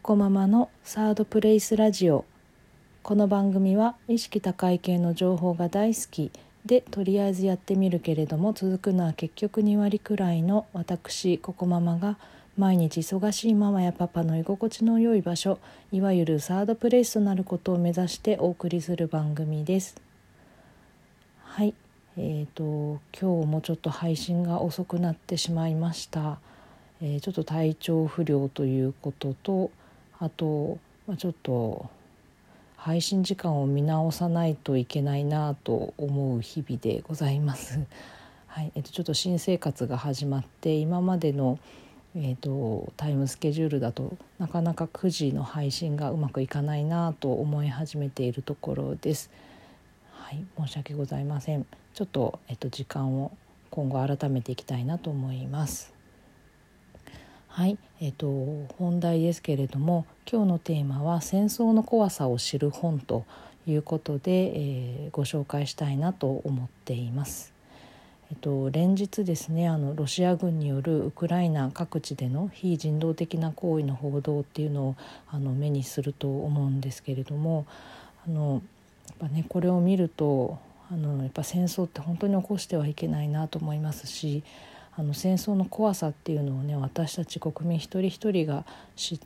コママのサードプレイスラジオ。この番組は意識高い系の情報が大好きで、とりあえずやってみるけれども続くのは結局2割くらいの私ココママが、毎日忙しいママやパパの居心地の良い場所、いわゆるサードプレイスとなることを目指してお送りする番組です。はい、今日もちょっと配信が遅くなってしまいました。ちょっと体調不良ということと、あと、ちょっと配信時間を見直さないといけないなと思う日々でございます。はい、ちょっと新生活が始まって、今までの、タイムスケジュールだとなかなか9時の配信がうまくいかないなと思い始めているところです。はい、申し訳ございません。ちょっと、時間を今後改めていきたいなと思います。はい、本題ですけれども、今日のテーマは戦争の怖さを知る本ということで、ご紹介したいなと思っています。連日ですね、ロシア軍によるウクライナ各地での非人道的な行為の報道っていうのを目にすると思うんですけれども、やっぱね、これを見るとやっぱ戦争って本当に起こしてはいけないなと思いますし、戦争の怖さっていうのをね、私たち国民一人一人が知って、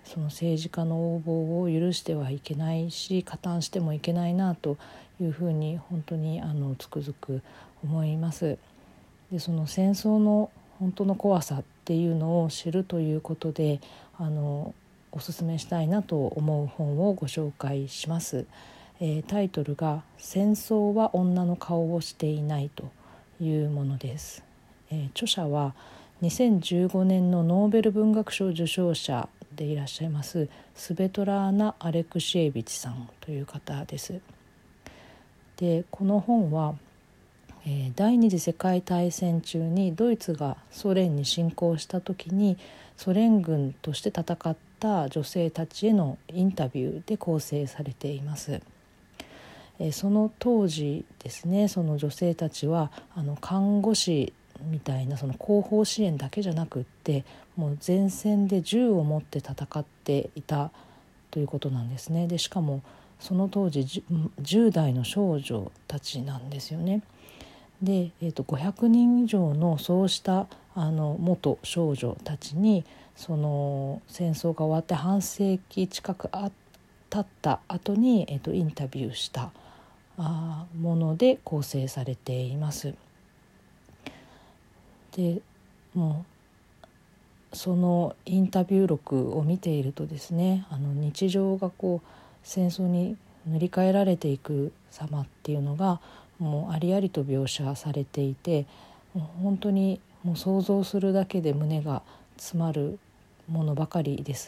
その政治家の横暴を許してはいけないし、加担してもいけないなというふうに本当につくづく思います。で、その戦争の本当の怖さっていうのを知るということで、おすすめしたいなと思う本をご紹介します。タイトルが戦争は女の顔をしていないというものです。著者は2015年のノーベル文学賞受賞者でいらっしゃいますスベトラーナ・アレクシエービチさんという方です。で、この本は、第二次世界大戦中にドイツがソ連に侵攻した時にソ連軍として戦った女性たちへのインタビューで構成されています。その当時ですね、その女性たちは看護師みたいなその後方支援だけじゃなくって、もう前線で銃を持って戦っていたということなんですね。でしかもその当時10代の少女たちなんですよね。で、500人以上のそうした元少女たちに、その戦争が終わって半世紀近く経った後に、インタビューしたもので構成されています。で、もうそのインタビュー録を見ているとですね、日常がこう戦争に塗り替えられていく様っていうのがもうありありと描写されていて、もう本当にもう想像するだけで胸が詰まるものばかりです。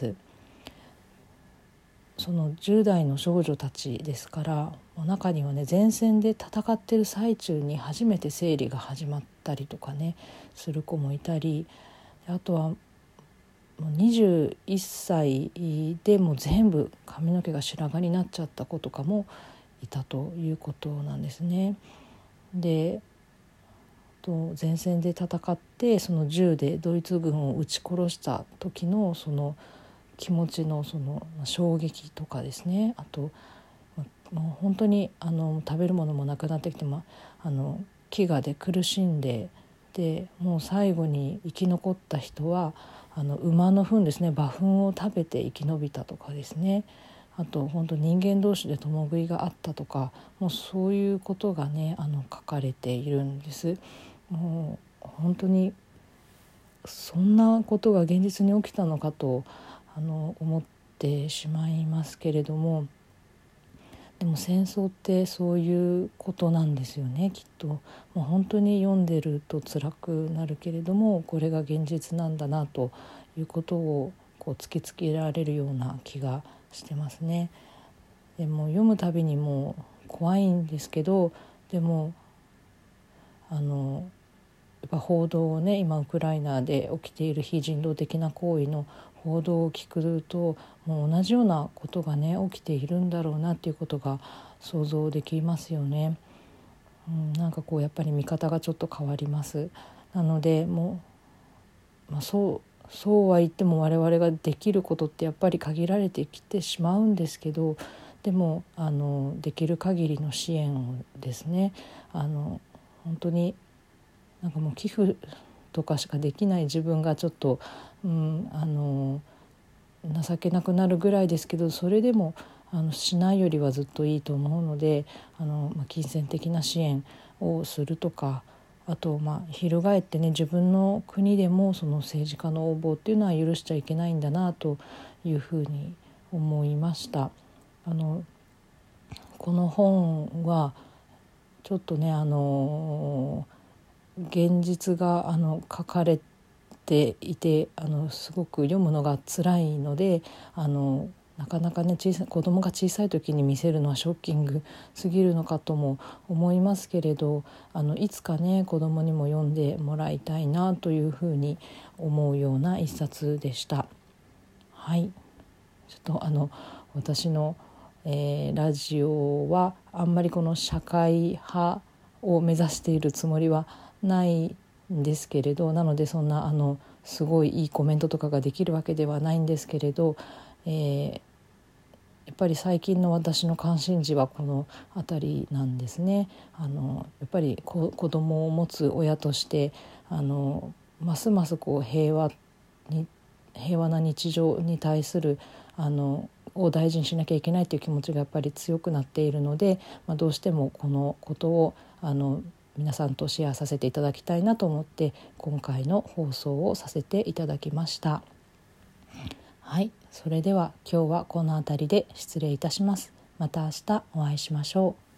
その10代の少女たちですから、中にはね、前線で戦っている最中に初めて生理が始まったりとかねする子もいたり、あとはもう21歳でもう全部髪の毛が白髪になっちゃった子とかもいたということなんですね。で、前線で戦ってその銃でドイツ軍を撃ち殺した時のその気持ちのその衝撃とかですね、あともう本当に食べるものもなくなってきて、飢餓で苦しんで、でもう最後に生き残った人は馬の糞ですね、馬糞を食べて生き延びたとかですね、あと本当人間同士で共食いがあったとか、もうそういうことがね書かれているんです。もう本当にそんなことが現実に起きたのかと思ってしまいますけれども、でも戦争ってそういうことなんですよね、きっと。もう本当に読んでると辛くなるけれども、これが現実なんだなということをこう突きつけられるような気がしてますね。でも読むたびにもう怖いんですけど、でもやっぱ報道をね、今ウクライナで起きている非人道的な行為の報道を聞くと、もう同じようなことがね起きているんだろうなっていうことが想像できますよね。なんかこうやっぱり見方がちょっと変わります。なのでもう、そそうは言っても我々ができることってやっぱり限られてきてしまうんですけど、でもできる限りの支援をですね、本当になんかもう寄付とかしかできない自分がちょっと、情けなくなるぐらいですけど、それでもしないよりはずっといいと思うので、金銭的な支援をするとか、あと翻ってね、自分の国でもその政治家の横暴っていうのは許しちゃいけないんだなというふうに思いました。この本はちょっとね現実が書かれていてすごく読むのが辛いので、なかなかね子供が小さい時に見せるのはショッキングすぎるのかとも思いますけれど、いつかね子供にも読んでもらいたいなというふうに思うような一冊でした。はい、ちょっと私の、ラジオはあんまりこの社会派を目指しているつもりはないんですけれど、なのでそんなすごいいいコメントとかができるわけではないんですけれど、やっぱり最近の私の関心事はこの辺りなんですね。やっぱり子供を持つ親としてますますこう平和な日常に対するを大事にしなきゃいけないという気持ちがやっぱり強くなっているので、どうしてもこのことを皆さんとシェアさせていただきたいなと思って今回の放送をさせていただきました。はい、それでは今日はこの辺りで失礼いたします。また明日お会いしましょう。